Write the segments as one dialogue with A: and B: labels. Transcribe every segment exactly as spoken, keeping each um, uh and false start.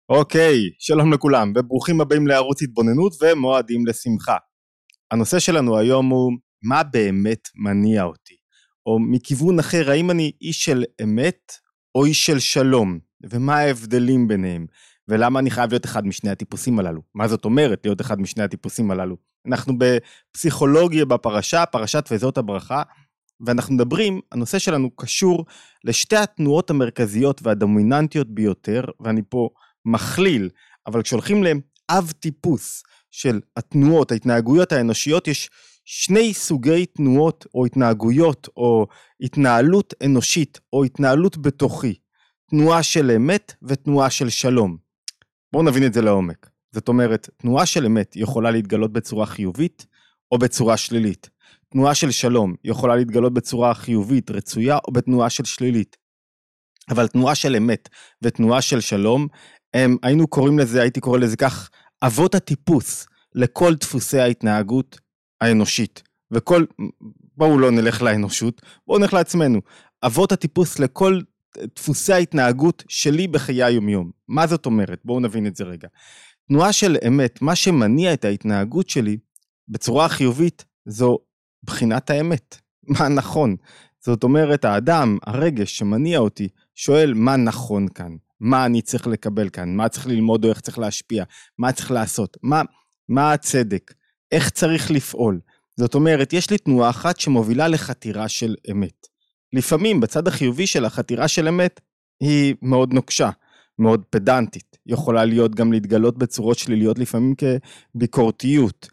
A: אוקיי, שלום לכולם, וברוכים הבאים לערוץ התבוננות ומועדים לשמחה. הנושא שלנו היום הוא מה באמת מניע אותי, או מכיוון אחר, האם אני איש של אמת או איש של שלום, ומה ההבדלים ביניהם, ולמה אני חייב להיות אחד משני הטיפוסים הללו. מה זאת אומרת להיות אחד משני הטיפוסים הללו? אנחנו בפסיכולוגיה בפרשה, פרשת וזאת הברכה, ואנחנו מדברים, הנושא שלנו קשור לשתי התנועות המרכזיות והדומיננטיות ביותר, ואני פה מכליל, אבל כשהולכים לאב טיפוס של התנועות, ההתנהגויות האנושיות, יש שני סוגי תנועות או התנהגויות או התנהלות אנושית או התנהלות בתוכי, תנועה של אמת ותנועה של שלום. בואו נבין את זה לעומק. זאת אומרת, תנועה של אמת יכולה להתגלות בצורה חיובית או בצורה שלילית. תנועה של שלום יכולה להתגלות בצורה חיובית, רצויה או בתנועה של שלילית. אבל תנועה של אמת ותנועה של שלום, הם, היינו קוראים לזה, הייתי קורא לזה כך, אבות הטיפוס לכל דפוסי ההתנהגות האנושית. וכל, בואו לא נלך לאנושות, בואו נלך לעצמנו. אבות הטיפוס לכל דפוסי ההתנהגות שלי בחיי היומיום. מה זאת אומרת? בואו נבין את זה רגע. תנועה של אמת, מה שמניע את ההתנהגות שלי בצורה חיובית, זו בחינת האמת. מה נכון? זאת אומרת, האדם, הרגש שמניע אותי, שואל מה נכון כאן, מה אני צריך לקבל כאן, מה צריך ללמוד או איך צריך להשפיע, מה צריך לעשות, מה, מה הצדק, איך צריך לפעול. זאת אומרת, יש לי תנועה אחת שמובילה לחתירה של אמת. לפעמים בצד החיובי של החתירה של אמת, היא מאוד נוקשה, מאוד פדנטית, יכולה להיות גם להתגלות בצורות שליליות, לפעמים כביקורתיות,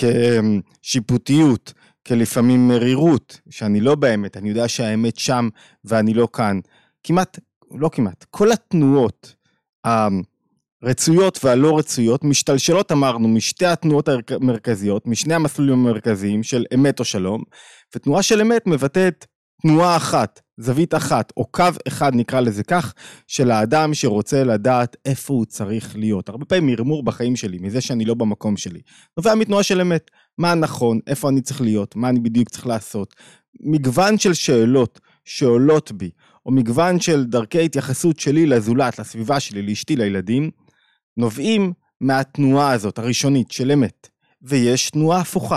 A: כשיפוטיות, כלפעמים מרירות, שאני לא באמת, אני יודע שהאמת שם ואני לא כאן. כמעט, לא כמעט, כל התנועות הרצויות והלא רצויות משתלשלות, אמרנו, משתי התנועות המרכזיות, משני המסלולים המרכזיים של אמת או שלום, ותנועה של אמת מבטאת תנועה אחת, זווית אחת, או קו אחד נקרא לזה כך, של האדם שרוצה לדעת איפה הוא צריך להיות. הרבה פעמים מרמור בחיים שלי, מזה שאני לא במקום שלי. נובע מתנועה של אמת, מה נכון, איפה אני צריך להיות, מה אני בדיוק צריך לעשות. מגוון של שאלות שעולות בי, או מגוון של דרכי התייחסות שלי לזולת, לסביבה שלי, לאשתי, לילדים, נובעים מהתנועה הזאת, הראשונית של אמת. ויש תנועה הפוכה,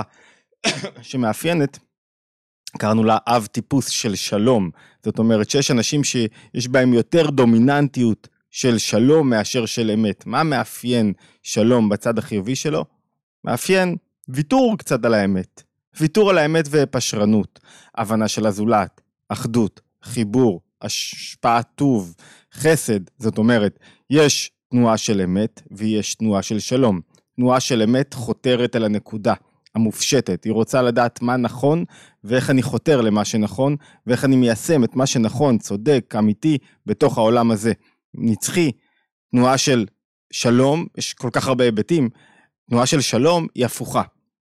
A: שמאפיינת, קראנו לה אב טיפוס של שלום. זאת אומרת שיש אנשים שיש בהם יותר דומיננטיות של שלום מאשר של אמת. מה מאפיין שלום בצד החיובי שלו? מאפיין ויתור קצת על האמת. ויתור על האמת ופשרנות. הבנה של הזולת, אחדות, חיבור, השפעת טוב, חסד. זאת אומרת, יש תנועה של אמת ויש תנועה של שלום. תנועה של אמת חותרת אל הנקודה המופשטת, היא רוצה לדעת מה נכון, ואיך אני חותר למה שנכון, ואיך אני מיישם את מה שנכון, צודק, אמיתי, בתוך העולם הזה. נצחי, תנועה של שלום, יש כל כך הרבה היבטים, תנועה של שלום היא הפוכה.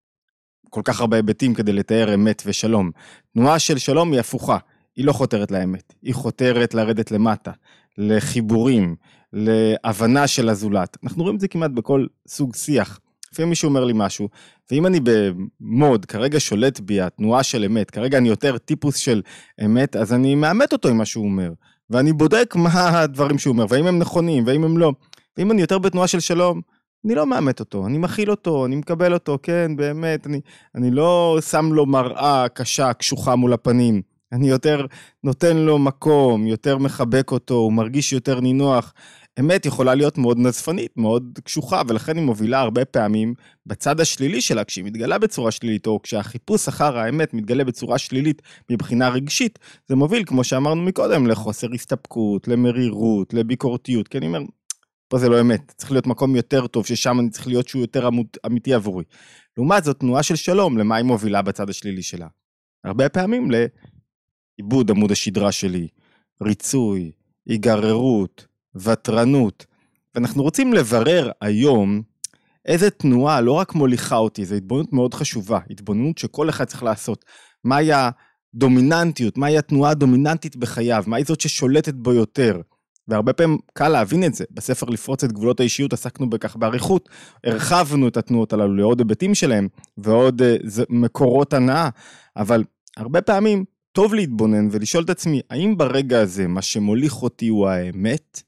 A: כל כך הרבה היבטים כדי לתאר אמת ושלום. תנועה של שלום היא הפוכה, היא לא חותרת לאמת, היא חותרת לרדת למטה, לחיבורים, להבנה של הזולת. אנחנו רואים את זה כמעט בכל סוג שיח. לפעמים מישהו אומר לי משהו, ואם אני במוד, כרגע שולט בי התנועה של אמת, כרגע אני יותר טיפוס של אמת, אז אני מאמת אותו עם מה שהוא אומר, ואני בודק מה הדברים שהוא אומר, והאם הם נכונים, והאם הם לא. ואם אני יותר בתנועה של שלום, אני לא מאמת אותו, אני מכיל אותו, אני מקבל אותו, כן, באמת, אני, אני לא שם לו מראה קשה, קשוחה מול הפנים, אני יותר נותן לו מקום, יותר מחבק אותו, הוא מרגיש יותר נינוח. אמת יכולה להיות מאוד נזפנית, מאוד קשוחה, ולכן היא מובילה הרבה פעמים בצד השלילי שלה, כשהיא מתגלה בצורה שלילית, או כשהחיפוש אחר האמת מתגלה בצורה שלילית מבחינה רגשית, זה מוביל, כמו שאמרנו מקודם, לחוסר הסתפקות, למרירות, לביקורתיות, כי אני אומר, פה זה לא אמת, צריך להיות מקום יותר טוב, ששם אני צריך להיות שהוא יותר אמיתי עבורי. לעומת זאת, תנועה של שלום, למה היא מובילה בצד השלילי שלה? הרבה פעמים לאיבוד עמוד השדרה שלי, ריצוי, היגררות, וטרנות, ואנחנו רוצים לברר היום איזה תנועה לא רק מוליכה אותי, זו התבוננות מאוד חשובה, התבוננות שכל אחד צריך לעשות, מהי הדומיננטיות, מהי התנועה הדומיננטית בחייו, מהי זאת ששולטת בו יותר, והרבה פעמים קל להבין את זה, בספר לפרוץ את גבולות האישיות עסקנו בכך בעריכות, הרחבנו את התנועות הללו לעוד היבטים שלהם, ועוד uh, מקורות הנאה, אבל הרבה פעמים טוב להתבונן ולשאול את עצמי, האם ברגע הזה מה שמוליך אותי הוא האמת,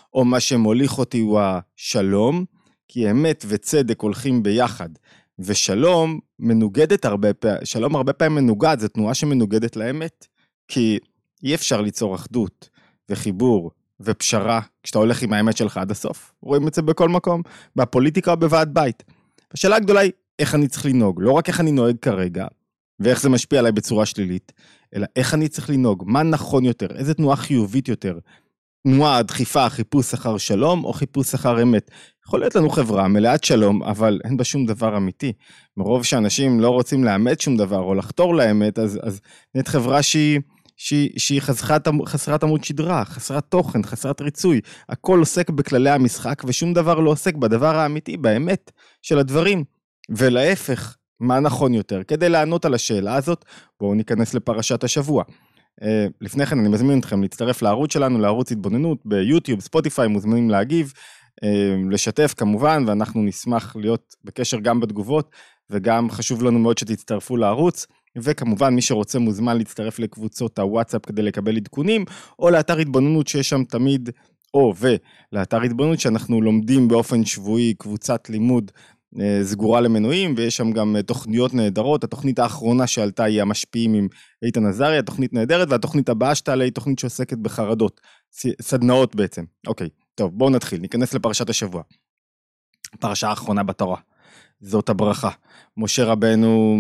A: או מה שמוליך אותי הוא השלום, כי אמת וצדק הולכים ביחד, ושלום מנוגדת הרבה פעמים, שלום הרבה פעמים מנוגד, זו תנועה שמנוגדת לאמת, כי אי אפשר ליצור אחדות וחיבור ופשרה, כשאתה הולך עם האמת שלך עד הסוף. רואים את זה בכל מקום, בפוליטיקה או בוועד בית. השאלה הגדולה היא, איך אני צריך לנהוג? לא רק איך אני נוהג כרגע, ואיך זה משפיע עליי בצורה שלילית, אלא איך אני צריך לנהוג, מה נכון יותר, איזה תנועה חיובית יותר, תנועה, דחיפה, חיפוש אחר שלום, או חיפוש אחר אמת. יכול להיות לנו חברה מלאת שלום, אבל אין בה שום דבר אמיתי. מרוב שאנשים לא רוצים לאמת שום דבר, או לחתור לאמת, אז, אז נהיית חברה שהיא, שהיא, שהיא חסרת, חסרת עמוד שדרה, חסרת תוכן, חסרת ריצוי. הכל עוסק בכללי המשחק, ושום דבר לא עוסק בדבר האמיתי, באמת של הדברים. ולהפך, מה נכון יותר? כדי לענות על השאלה הזאת, בואו ניכנס לפרשת השבוע. Uh, לפני כן אני מזמין אתכם להצטרף לערוץ שלנו, לערוץ התבוננות ביוטיוב, ספוטיפיי, מוזמנים להגיב, uh, לשתף כמובן, ואנחנו נשמח להיות בקשר גם בתגובות, וגם חשוב לנו מאוד שתצטרפו לערוץ, וכמובן מי שרוצה מוזמן להצטרף לקבוצות הוואטסאפ כדי לקבל עדכונים, או לאתר התבוננות שיש שם תמיד, או ולאתר התבוננות שאנחנו לומדים באופן שבועי קבוצת לימוד, סגורה למנויים, ויש שם גם תוכניות נהדרות. התוכנית האחרונה שעלתה היא המשפיעים עם איתן עזריה, התוכנית נהדרת, והתוכנית הבאה שתעלה היא תוכנית שעוסקת בחרדות, סדנאות בעצם. אוקיי, טוב, בואו נתחיל, ניכנס לפרשת השבוע. פרשה האחרונה בתורה, זאת הברכה. משה רבנו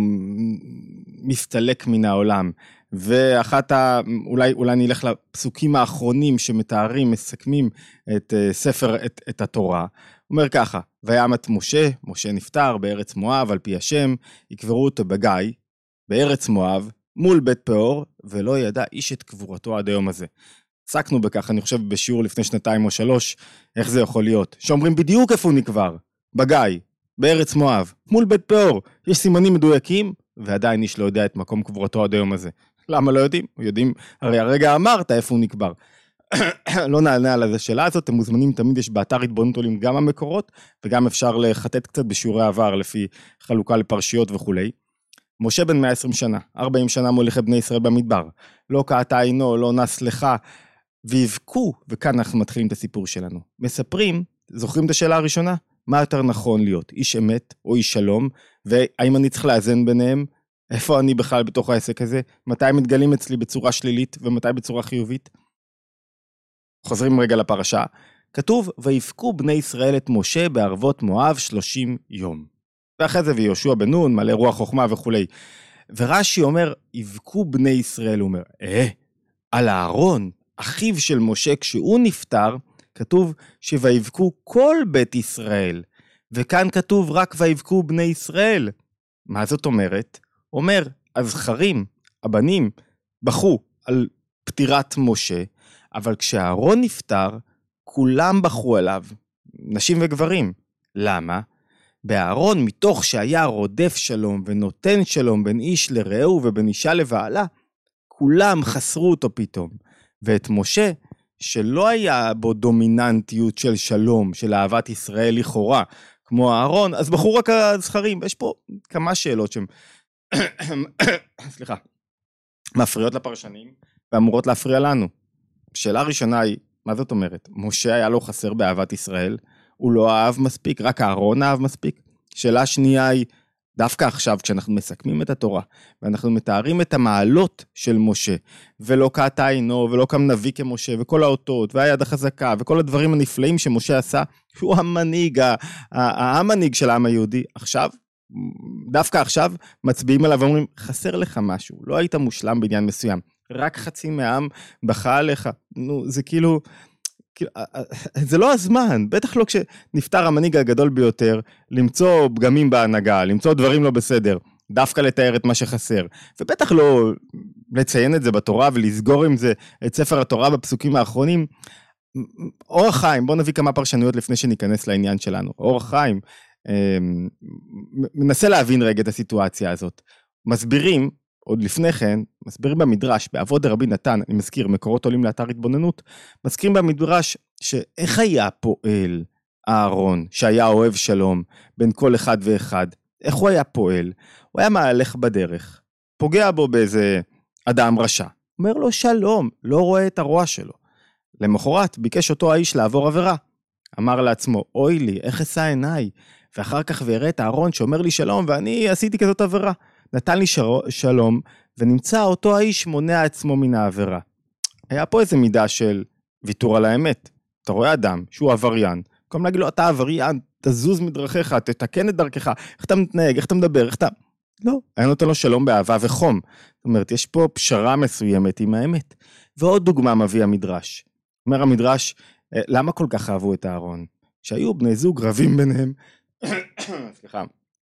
A: מסתלק מן העולם, ואחת ה... אולי, אולי נלך לפסוקים האחרונים שמתארים, מסכמים את ספר, את, את התורה. אומר ככה, וימת משה, משה נפטר בארץ מואב על פי השם, יקברו אותו בגיא, בארץ מואב, מול בית פאור, ולא ידע איש את קבורתו עד היום הזה. עסקנו בכך, אני חושב בשיעור לפני שנתיים או שלוש, איך זה יכול להיות. שאומרים בדיוק איפה הוא נקבר, בגיא, בארץ מואב, מול בית פאור, יש סימנים מדויקים, ועדיין איש לא יודע את מקום קבורתו עד היום הזה. למה לא יודעים? יודעים, הרי הרגע אמרת איפה הוא נקבר. לא נענה על השאלה הזאת, אתם מוזמנים, תמיד יש באתר התבוננות עולים גם המקורות, וגם אפשר לחטט קצת בשיעורי העבר, לפי חלוקה לפרשיות וכו'. משה בן מאה ועשרים שנה, ארבעים שנה מוליך את בני ישראל במדבר, לא קעתה עינו, לא נס לך, ויבכו, וכאן אנחנו מתחילים את הסיפור שלנו. מספרים, זוכרים את השאלה הראשונה? מה יותר נכון להיות, איש אמת או איש שלום, והאם אני צריך לאזן ביניהם? איפה אני בכלל בתוך העסק הזה? מתי הם מתגלים אצלי בצורה שלילית, ומתי בצורה חיובית? חוזרים רגע לפרשה, כתוב, ויפקו בני ישראל את משה בערבות מואב שלושים יום. ואחרי זה ויהושע בן נון, מלא רוח חוכמה וכו'. ורש"י אומר, יבכו בני ישראל, הוא אומר, אה, על הארון, אחיו של משה, כשהוא נפטר, כתוב שויבכו כל בית ישראל, וכאן כתוב רק ויבכו בני ישראל. מה זאת אומרת? אומר, הזכרים, הבנים, בכו על פטירת משה, אבל כשהארון נפטר, כולם בכו עליו, נשים וגברים. למה? בארון, מתוך שהיה רודף שלום ונותן שלום בין איש לרעהו ובין אישה לבעלה, כולם חסרו אותו פתאום. ואת משה, שלא היה בו דומיננטיות של שלום, של אהבת ישראל לכאורה, כמו הארון, אז בחרו רק הזכרים. יש פה כמה שאלות שהם, סליחה, מפריעות לפרשנים, ואמורות להפריע לנו. שאלה ראשונה היא, מה זאת אומרת? משה היה לו חסר באהבת ישראל, הוא לא אהב מספיק, רק הארון אהב מספיק. שאלה שנייה היא, דווקא עכשיו כשאנחנו מסכמים את התורה, ואנחנו מתארים את המעלות של משה, ולא קעתה עינו, ולא קם נביא כמשה, וכל האותות, והיד החזקה, וכל הדברים הנפלאים שמשה עשה, הוא המנהיג, המנהיג של העם היהודי. עכשיו, דווקא עכשיו, מצביעים עליו ואומרים, חסר לך משהו, לא היית מושלם בעניין מסוים, רק חצי מהעם בכה עליך. נו, זה כאילו, זה לא הזמן, בטח לא כשנפטר המנהיג הגדול ביותר, למצוא פגמים בהנהגה, למצוא דברים לא בסדר, דווקא לתאר את מה שחסר, ובטח לא לציין את זה בתורה ולסגור עם זה את ספר התורה בפסוקים האחרונים. אור חיים, בוא נביא כמה פרשנויות לפני שניכנס לעניין שלנו. אור חיים מנסה להבין רגע את הסיטואציה הזאת. מסבירים, עוד לפני כן, מסבירים במדרש, בעבוד רבי נתן, אני מזכיר, מקורות עולים לאתר התבוננות, מזכירים במדרש שאיך היה פועל הארון, שהיה אוהב שלום בין כל אחד ואחד, איך הוא היה פועל? הוא היה מהלך בדרך, פוגע בו באיזה אדם רשע, אומר לו שלום, לא רואה את הרוע שלו. למחרת ביקש אותו האיש לעבור עבירה. אמר לעצמו, אוי לי, איך אשא עיניי? ואחר כך ויראה את הארון שאומר לי שלום, ואני עשיתי כזאת עבירה. נתן לי שלום, ונמצא אותו האיש מונע עצמו מן העבירה. היה פה איזה מידה של ויתור על האמת. אתה רואה אדם שהוא עבריין, במקום להגיד לו, אתה עבריין, תזוז מדרכיך, תתקן את דרכך, איך אתה מתנהג, איך אתה מדבר, איך אתה... לא, היה נותן לו שלום באהבה וחום. זאת אומרת, יש פה פשרה מסוימת עם האמת. ועוד דוגמה מביא המדרש. אומר המדרש, למה כל כך אהבו את הארון? כשהיו בני זוג רבים ביניהם, סליחה,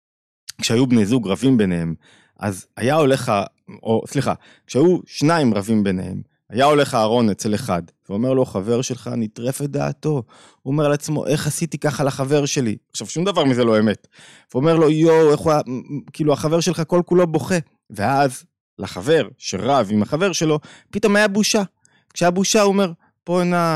A: כשהיו בני זוג רבים ביניהם, אז היה הולך, או סליחה, כשהיו שניים רבים ביניהם, היה הולך הארון אצל אחד, ואומר לו, חבר שלך נטרף את דעתו. הוא אומר לעצמו, איך עשיתי ככה לחבר שלי? עכשיו, שום דבר מזה לא אמת. ואומר לו, יו, איך הוא, כאילו, החבר שלך כל כולו בוכה. ואז, לחבר שרב עם החבר שלו, פתאום היה בושה. כשהיה בושה, הוא אומר, פה נא,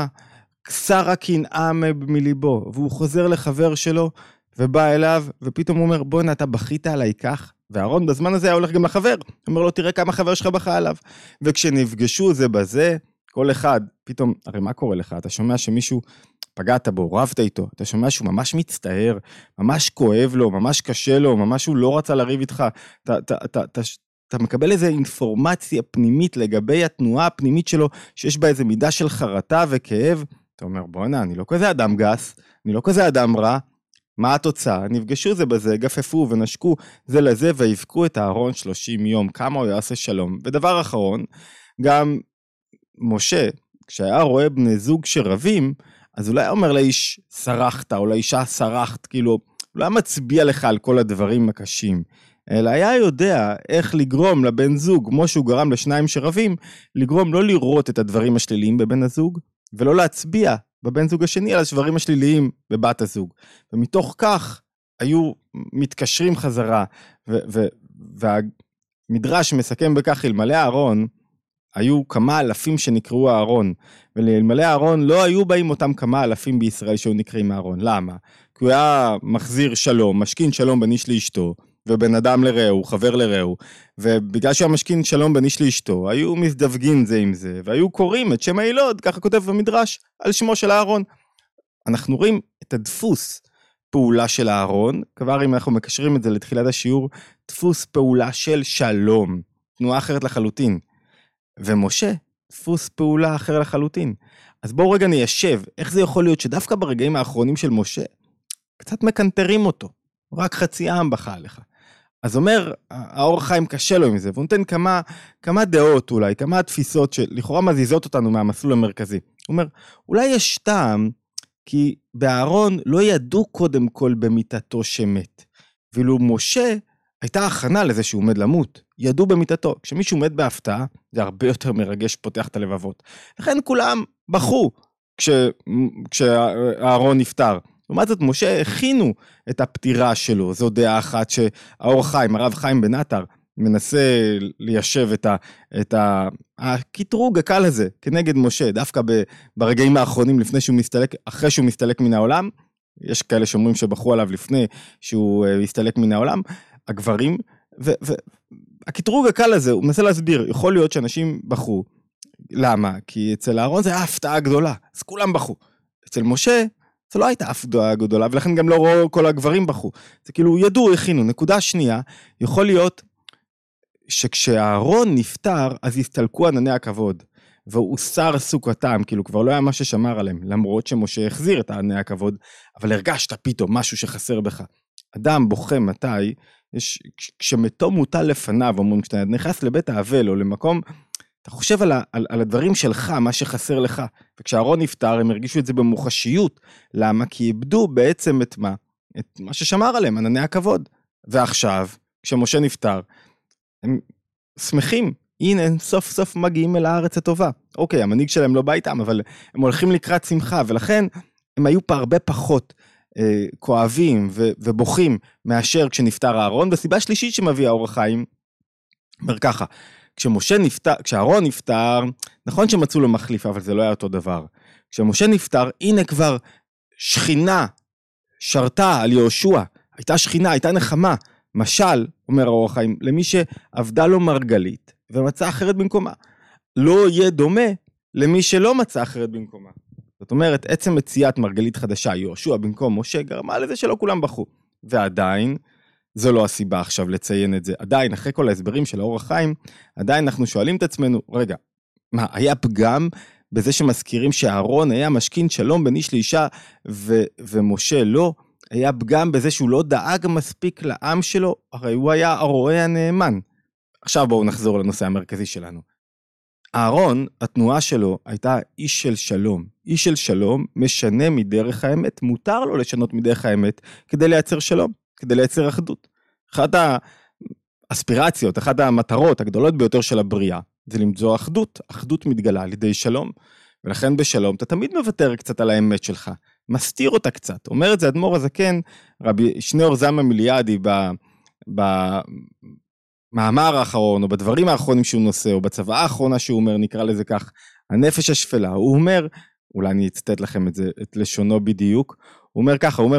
A: כסר הקנאה מליבו. והוא חוזר לחבר שלו, ובא אליו, ופתאום הוא אומר, בוא נא, אתה בכית עליי כך? והארון בזמן הזה היה הולך גם לחבר, אומר לו, תראה כמה חבר שלך בכה עליו. וכשנפגשו זה בזה, כל אחד, פתאום, הרי מה קורה לך? אתה שומע שמישהו פגעת בו, רבת איתו, אתה שומע שהוא ממש מצטער, ממש כואב לו, ממש קשה לו, ממש הוא לא רצה לריב איתך, אתה, אתה, אתה, אתה, אתה מקבל איזו אינפורמציה פנימית לגבי התנועה הפנימית שלו, שיש בה איזו מידה של חרטה וכאב, אתה אומר, בוא נה, אני לא כזה אדם גס, אני לא כזה אדם רע, מה התוצאה? נפגשו זה בזה, גפפו ונשקו זה לזה, והבקו את הארון שלושים יום, כמה הוא יעשה שלום. ודבר אחרון, גם משה, כשהיה רואה בני זוג שרבים, אז אולי אומר לאיש, שרחת, או לאישה שרחת, כאילו, אולי מצביע לך על כל הדברים הקשים, אלא היה יודע איך לגרום לבן זוג, כמו שהוא גרם לשניים שרבים, לגרום לא לראות את הדברים השליליים בבן הזוג, ולא להצביע בבן זוג השני על השברים השליליים בבת הזוג. ומתוך כך היו מתקשרים חזרה, ו- ו- והמדרש מסכם בכך, אלמלא הארון, היו כמה אלפים שנקראו הארון, ולאלמלא הארון לא היו באים אותם כמה אלפים בישראל שהיו נקראים הארון. למה? כי הוא היה מחזיר שלום, משכין שלום בין איש לאשתו, ובן אדם לרעהו, חבר לרעהו, ובגלל שהוא משכין שלום בין איש לאשתו, היו מזדווגים זה עם זה, והיו קוראים את שם הילוד, ככה כותב במדרש, על שמו של הארון. אנחנו רואים את הדפוס פעולה של הארון, כבר אם אנחנו מקשרים את זה לתחילת השיעור, דפוס פעולה של שלום, תנועה אחרת לחלוטין. ומשה, דפוס פעולה אחר לחלוטין. אז בואו רגע ניישב, איך זה יכול להיות שדווקא ברגעים האחרונים של משה, קצת מקנטרים אותו, רק חצי העם בכה עליך. אז אומר, האור חיים קשה לו עם זה, והוא נותן כמה, כמה דעות אולי, כמה תפיסות שלכאורה מזיזות אותנו מהמסלול המרכזי. הוא אומר, אולי יש טעם, כי בארון לא ידעו קודם כל במיטתו שמת. ואילו משה הייתה הכנה לזה שהוא עומד למות, ידעו במיטתו. כשמישהו מת בהפתעה, זה הרבה יותר מרגש, פותח את הלבבות. לכן כולם בכו כש, כשהארון נפטר. לעומת זאת, משה הכינו את הפטירה שלו, זו דעה אחת שהאור חיים, הרב חיים בן עטר, מנסה ליישב את, ה, את ה, הקטרוג הקל הזה, כנגד משה, דווקא ברגעים האחרונים, לפני שהוא מסתלק, אחרי שהוא מסתלק מן העולם, יש כאלה שאומרים שבחרו עליו לפני שהוא מסתלק מן העולם, הגברים, והקטרוג הקל הזה, הוא מנסה להסביר, יכול להיות שאנשים בחרו, למה? כי אצל הארון זה היה הפתעה גדולה, אז כולם בחרו. אצל משה, זה לא הייתה הפתעה גדולה, ולכן גם לא ראו כל הגברים בחרו. זה כאילו, ידעו, הכינו. נקודה שנייה, יכול להיות שכשהארון נפטר, אז הסתלקו ענני הכבוד, והוא שר סוכתם, כאילו כבר לא היה מה ששמר עליהם, למרות שמשה החזיר את ענני הכבוד, אבל הרגשת פתאום משהו שחסר בך. אדם בוכה מתי, יש, כשמתו מוטל לפניו, אומרים, כשאתה נכנס לבית האבל, או למקום, אתה חושב על, על, על הדברים שלך, מה שחסר לך, וכשהארון נפטר, הם הרגישו את זה במוחשיות, למה? כי איבדו בעצם את מה? את מה ששמר עליהם, ענני הכבוד. ועכשיו, כשמשה נפטר, הם שמחים, הנה, הם סוף סוף מגיעים אל הארץ הטובה. אוקיי, המנהיג שלהם לא בא איתם, אבל הם הולכים לקראת שמחה, ולכן הם היו פה הרבה פחות אה, כואבים ו, ובוכים, מאשר כשנפטר הארון, וסיבה שלישית שמביא האור החיים, אומר ככה, כשמשה נפטר, כשהארון נפטר, נכון שמצאו לו מחליף, אבל זה לא היה אותו דבר. כשמשה נפטר, הנה כבר שכינה שרתה על יהושע, הייתה שכינה, הייתה נחמה, משל, אומר האור החיים, למי שעבדה לו מרגלית, ומצא אחרת במקומה. לא יהיה דומה למי שלא מצא אחרת במקומה. זאת אומרת, עצם מציאת מרגלית חדשה, יהושע במקום משה, גרמה לזה שלא כולם בחו. ועדיין, זו לא הסיבה עכשיו לציין את זה. עדיין, אחרי כל ההסברים של האור החיים, עדיין אנחנו שואלים את עצמנו, רגע, מה, היה פגם בזה שמזכירים שאהרון היה משכין שלום בין איש לאישה, ו- ומשה לא? היה פגם בזה שהוא לא דאג מספיק לעם שלו? הרי הוא היה הרועה הנאמן. עכשיו בואו נחזור לנושא המרכזי שלנו. אהרון, התנועה שלו הייתה איש של שלום. איש של שלום משנה מדרך האמת, מותר לו לשנות מדרך האמת, כדי לייצר שלום, כדי לייצר אחדות. אחת האספירציות, אחת המטרות הגדולות ביותר של הבריאה, זה למצוא אחדות. אחדות מתגלה על ידי שלום, ולכן בשלום אתה תמיד מוותר קצת על האמת שלך, מסתיר אותה קצת. אומר את זה אדמו"ר הזקן, רבי שניאור זלמן מיליאדי, ב... ב... מאמר האחרון, או בדברים האחרונים שהוא נושא, או בצוואה האחרונה שהוא אומר, נקרא לזה כך, הנפש השפלה. הוא אומר, אולי אני אצטט לכם את זה, את לשונו בדיוק, הוא אומר ככה, הוא אומר,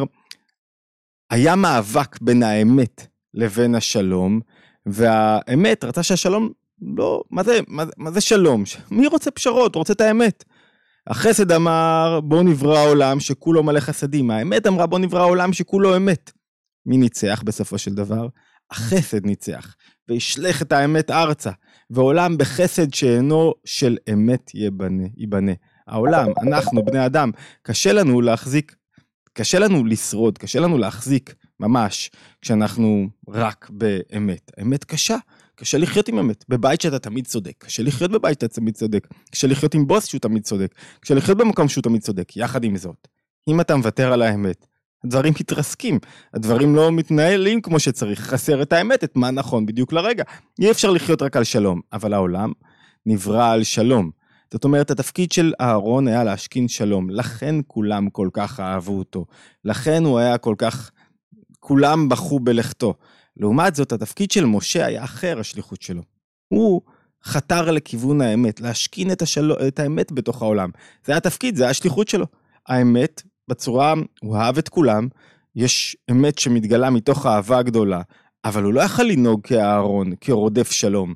A: היה מאבק בין האמת לבין השלום, והאמת רצה שהשלום, לא, מה זה, מה, מה זה שלום? מי רוצה פשרות? רוצה את האמת. החסד אמר, בוא נברא עולם שכולו מלא חסדים. האמת אמרה, בוא נברא עולם שכולו אמת. מי ניצח בסופו של דבר? החסד ניצח, וישלח את האמת ארצה, ועולם בחסד שאינו של אמת ייבנה, ייבנה. העולם, אנחנו, בני אדם, קשה לנו להחזיק, קשה לנו לשרוד, קשה לנו להחזיק ממש, כשאנחנו רק באמת. האמת קשה, קשה לחיות עם אמת. בבית שאתה תמיד צודק, קשה לחיות בבית שאתה תמיד צודק, קשה לחיות עם בוס שהוא תמיד צודק, קשה לחיות במקום שהוא תמיד צודק. יחד עם זאת, אם אתה מוותר על האמת, הדברים מתרסקים, הדברים לא מתנהלים כמו שצריך, חסר את האמת, את מה נכון בדיוק לרגע. אי אפשר לחיות רק על שלום, אבל העולם נברא על שלום. זאת אומרת, התפקיד של אהרון היה להשכין שלום, לכן כולם כל כך אהבו אותו, לכן הוא היה כל כך, כולם בחו בלכתו. לעומת זאת, התפקיד של משה היה אחר, השליחות שלו. הוא חתר לכיוון האמת, להשכין את, השל... את האמת בתוך העולם. זה היה התפקיד, זה היה השליחות שלו. האמת, בצורה, הוא אהב את כולם, יש אמת שמתגלה מתוך האהבה הגדולה, אבל הוא לא יכול לנהוג כאהרון, כרודף שלום.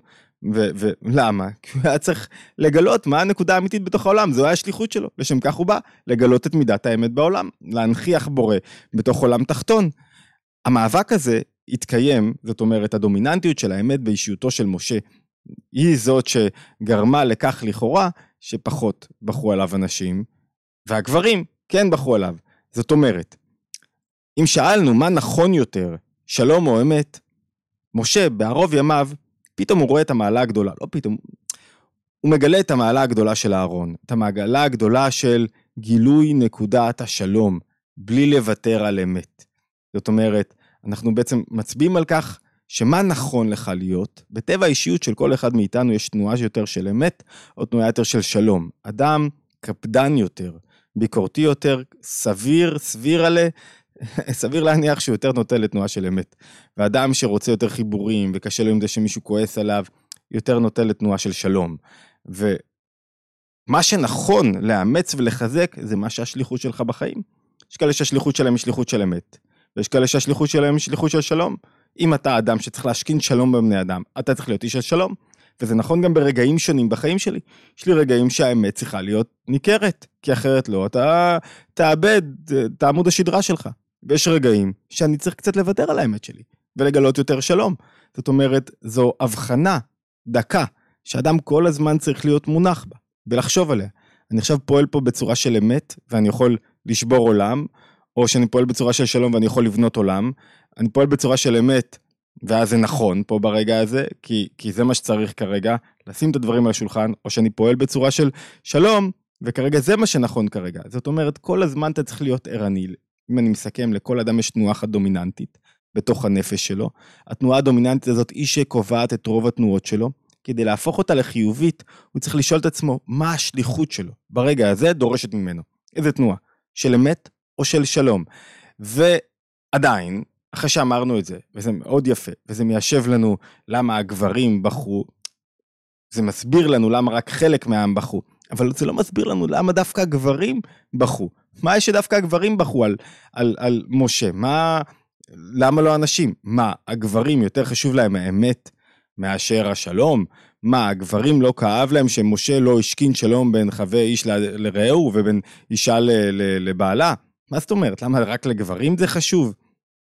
A: ולמה? כי הוא היה צריך לגלות מה הנקודה האמיתית בתוך העולם, זו היה השליחות שלו. לשם כך הוא בא, לגלות את מידת האמת בעולם, להנחיח בורא בתוך עולם תחתון. המאבק הזה התקיים, זאת אומרת, הדומיננטיות של האמת באישיותו של משה, היא זאת שגרמה לכך לכאורה, שפחות בחרו עליו אנשים, והגברים כן בחרו עליו. זאת אומרת, אם שאלנו מה נכון יותר, שלום או אמת, משה בערוב ימיו, פתאום הוא רואה את המעלה הגדולה, לא פתאום, הוא מגלה את המעלה הגדולה של אהרון, את המעלה הגדולה של גילוי נקודת השלום, בלי לוותר על אמת. זאת אומרת, אנחנו בעצם מצביעים על כך, שמה נכון לך להיות, בטבע האישיות של כל אחד מאיתנו יש תנועה יותר של אמת, או תנועה יותר של שלום. אדם קפדן יותר, ביקורתי יותר, סביר, סביר עלה, סביר להניח שהוא יותר נוטה לתנועה של אמת. ואדם שרוצה יותר חיבורים, וקשה לו עם זה שמישהו כועס עליו, יותר נוטה לתנועה של שלום. ומה שנכון לאמץ ולחזק, זה מה שהשליחות שלך בחיים. יש כאלה שהשליחות שלהם היא שליחות של אמת, ויש כאלה שהשליחות שלהם היא שליחות של שלום. אם אתה אדם שצריך להשכין שלום בבני אדם, אתה צריך להיות איש של שלום. וזה נכון גם ברגעים שונים בחיים שלי. יש לי רגעים שהאמת צריכה להיות ניכרת, כי אחרת לא, אתה תאבד את עמוד השדרה שלך. ויש רגעים שאני צריך קצת לוותר על האמת שלי, ולגלות יותר שלום. זאת אומרת, זו הבחנה, דקה, שאדם כל הזמן צריך להיות מונח בה, ולחשוב עליה. אני עכשיו פועל פה בצורה של אמת, ואני יכול לשבור עולם, או שאני פועל בצורה של שלום ואני יכול לבנות עולם. אני פועל בצורה של אמת, ואז זה נכון פה ברגע הזה, כי, כי זה מה שצריך כרגע, לשים את הדברים על השולחן, או שאני פועל בצורה של שלום, וכרגע זה מה שנכון כרגע. זאת אומרת, כל הזמן אתה צריך להיות ערני. אם אני מסכם, לכל אדם יש תנועה אחת דומיננטית, בתוך הנפש שלו. התנועה הדומיננטית הזאת היא שקובעת את רוב התנועות שלו, כדי להפוך אותה לחיובית, הוא צריך לשאול את עצמו, מה השליחות שלו? ברגע הזה דורשת ממנו. איזה תנועה? של אמת או של שלום? ועדיין, אחרי שאמרנו את זה, וזה מאוד יפה, וזה מיישב לנו למה הגברים בחרו, זה מסביר לנו למה רק חלק מהעם בחרו, אבל זה לא מסביר לנו למה דווקא הגברים בחרו. מה יש שדווקא הגברים בחרו על, על, על משה? מה, למה לא אנשים? מה, הגברים יותר חשוב להם האמת מאשר השלום, מה, הגברים לא כאב להם שמשה לא השכין שלום בין חווה איש ל- לרעהו ובין אישה ל- ל- לבעלה? מה זאת אומרת? למה רק לגברים זה חשוב?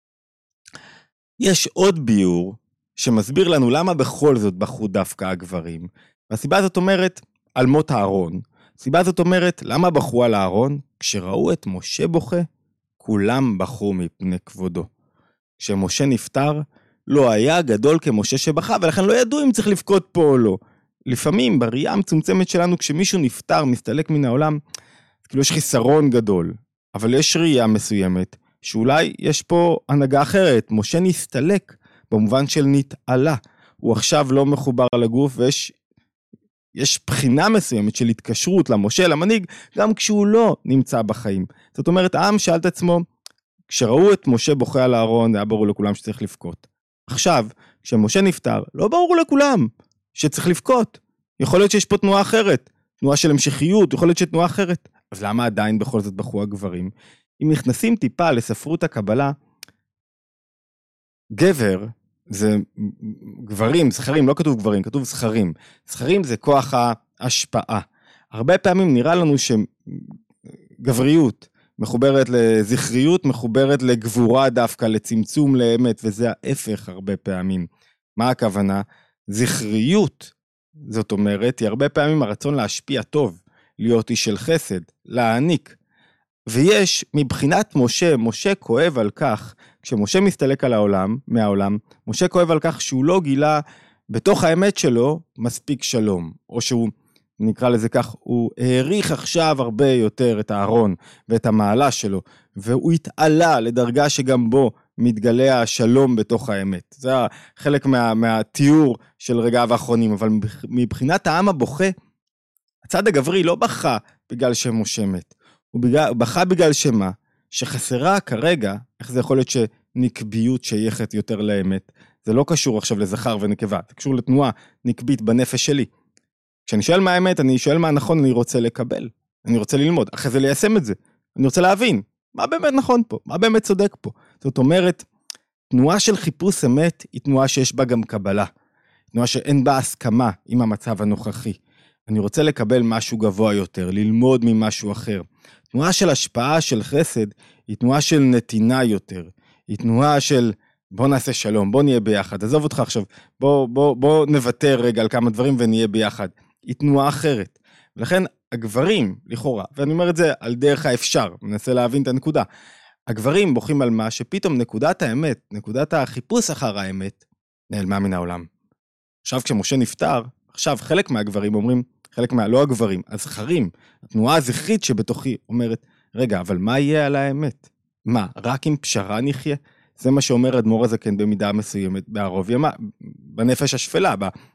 A: יש עוד ביור שמסביר לנו למה בכל זאת בחרו דווקא הגברים. והסיבה הזאת אומרת על מות הארון. הסיבה הזאת אומרת למה בחרו על הארון? כשראו את משה בוכה, כולם בחרו מפני כבודו. כשמשה נפטר, לא היה גדול כמשה שבכה, ולכן לא ידעו אם צריך לבכות פה או לא. לפעמים בראייה המצומצמת שלנו, כשמישהו נפטר, מסתלק מן העולם, כאילו יש חיסרון גדול, אבל יש ראייה מסוימת, שאולי יש פה הנהגה אחרת. משה נסתלק במובן של נתעלה. הוא עכשיו לא מחובר על הגוף, ויש יש בחינה מסוימת של התקשרות למשה, למנהיג, גם כשהוא לא נמצא בחיים. זאת אומרת, העם שאל את עצמו, כשראו את משה בוכה על הארון, היה ברור לכולם שצריך לבכות. עכשיו, כשמשה נפטר, לא ברור לכולם שצריך לבכות. יכול להיות שיש פה תנועה אחרת, תנועה של המשכיות, יכול להיות שתנועה אחרת. אז למה עדיין בכל זאת בחרו הגברים? אם נכנסים טיפה לספרות הקבלה, גבר זה גברים, זכרים, לא כתוב גברים, כתוב זכרים. זכרים זה כוח ההשפעה. הרבה פעמים נראה לנו שגבריות מחוברת לזכריות, מחוברת לגבורה דווקא, לצמצום לאמת, וזה ההפך הרבה פעמים. מה הכוונה? זכריות, זאת אומרת, היא הרבה פעמים הרצון להשפיע טוב, להיות איש של חסד, להעניק. ויש מבחינת משה, משה כואב על כך, כשמשה מסתלק על העולם, מהעולם, משה כואב על כך שהוא לא גילה בתוך האמת שלו מספיק שלום, או שהוא, נקרא לזה כך, הוא העריך עכשיו הרבה יותר את הארון ואת המעלה שלו, והוא התעלה לדרגה שגם בו מתגלה השלום בתוך האמת. זה חלק מה, מהתיאור של רגעיו האחרונים, אבל מבחינת העם הבוכה, הצד הגברי לא בכה בגלל שמשה מת, הוא בכה בגלל שמה, שחסרה כרגע, איך זה יכול להיות שנקביות שייכת יותר לאמת, זה לא קשור עכשיו לזכר ונקבה, זה קשור לתנועה נקבית בנפש שלי. כשאני שואל מה האמת, אני שואל מה נכון, אני רוצה לקבל, אני רוצה ללמוד, אחרי זה ליישם את זה, אני רוצה להבין, מה באמת נכון פה, מה באמת צודק פה. זאת אומרת, תנועה של חיפוש אמת, היא תנועה שיש בה גם קבלה, תנועה שאין בה הסכמה עם המצב הנוכחי. אני רוצה לקבל משהו גבוה יותר, ללמוד ממשהו אחר. תנועה של השפעה, של חסד, היא תנועה של נתינה יותר, היא תנועה של בוא נעשה שלום, בוא נהיה ביחד, עזוב אותך עכשיו, בוא, בוא, בוא נוותר רגע על כמה דברים ונהיה ביחד. היא תנועה אחרת. ולכן הגברים, לכאורה, ואני אומר את זה על דרך האפשר, מנסה להבין את הנקודה, הגברים בוכים על מה שפתאום נקודת האמת, נקודת החיפוש אחר האמת, נעלמה מן העולם. עכשיו כשמשה נפטר, עכשיו חלק מהגברים אומרים, חלק מה, לא הגברים, הזכרים, התנועה הזכרית שבתוכי אומרת, רגע, אבל מה יהיה על האמת? מה, רק עם פשרה נחיה? זה מה שאומר אדמו"ר הזקן במידה מסוימת, בערוב ימה, בנפש השפלה,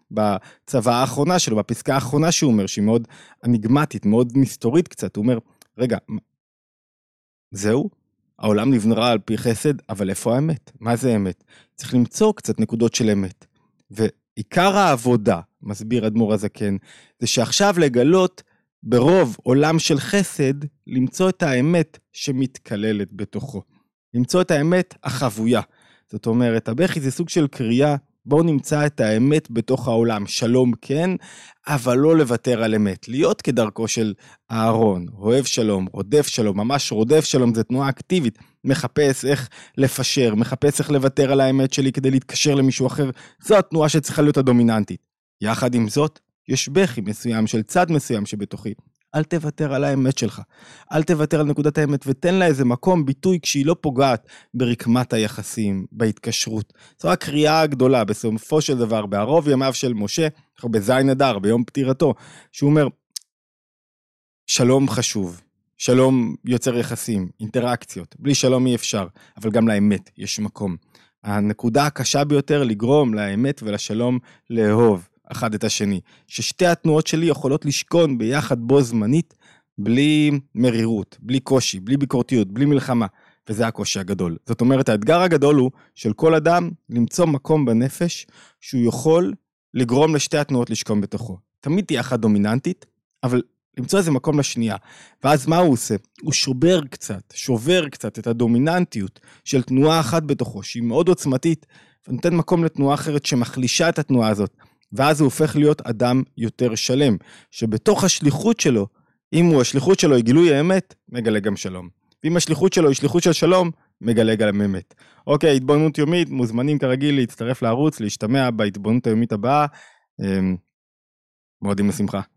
A: בצבא האחרונה שלו, בפסקה האחרונה שהוא אומר, שהיא מאוד אניגמטית, מאוד מסתורית קצת, הוא אומר, רגע, זהו? העולם נברא על פי חסד, אבל איפה האמת? מה זה אמת? צריך למצוא קצת נקודות של אמת. ועיקר העבודה, מסביר אדמו"ר הזקן, זה שעכשיו לגלות ברוב עולם של חסד, למצוא את האמת שמתכללת בתוכו. למצוא את האמת החבויה. זאת אומרת, הבכי זה סוג של קריאה, בואו נמצא את האמת בתוך העולם. שלום כן, אבל לא לוותר על אמת. להיות כדרכו של אהרון, אוהב שלום, רודף שלום, ממש רודף שלום, זה תנועה אקטיבית. מחפש איך לפשר, מחפש איך לוותר על האמת שלי כדי להתקשר למישהו אחר. זו התנועה שצריכה להיות הדומיננטית. יחד עם זאת, יש בכי מסוים של צד מסוים שבתוכי. אל תוותר על האמת שלך. אל תוותר על נקודת האמת ותן לה איזה מקום ביטוי כשהיא לא פוגעת ברקמת היחסים, בהתקשרות. זו הקריאה הגדולה בסופו של דבר, בערוב ימיו של משה, בזין אדר, ביום פטירתו, שהוא אומר, שלום חשוב, שלום יוצר יחסים, אינטראקציות, בלי שלום אי אפשר, אבל גם לאמת יש מקום. הנקודה הקשה ביותר לגרום לאמת ולשלום לאהוב. אחד את השני, ששתי התנועות שלי יכולות לשכון ביחד בו זמנית, בלי מרירות, בלי קושי, בלי ביקורתיות, בלי מלחמה, וזה הקושי הגדול. זאת אומרת, האתגר הגדול הוא של כל אדם למצוא מקום בנפש, שהוא יכול לגרום לשתי התנועות לשכון בתוכו. תמיד תהיה אחת דומיננטית, אבל למצוא איזה מקום לשנייה. ואז מה הוא עושה? הוא שובר קצת, שובר קצת את הדומיננטיות של תנועה אחת בתוכו, שהיא מאוד עוצמתית, ונותן מקום לתנועה אחרת שמחלישה את התנועה הזאת. ואז הוא הופך להיות אדם יותר שלם, שבתוך השליחות שלו, אם הוא השליחות שלו היא גילוי האמת, מגלה גם שלום. ואם השליחות שלו היא שליחות של שלום, מגלה גם אמת. אוקיי, התבוננות יומית, מוזמנים כרגיל להצטרף לערוץ, להשתמע בהתבוננות היומית הבאה, מועדים לשמחה.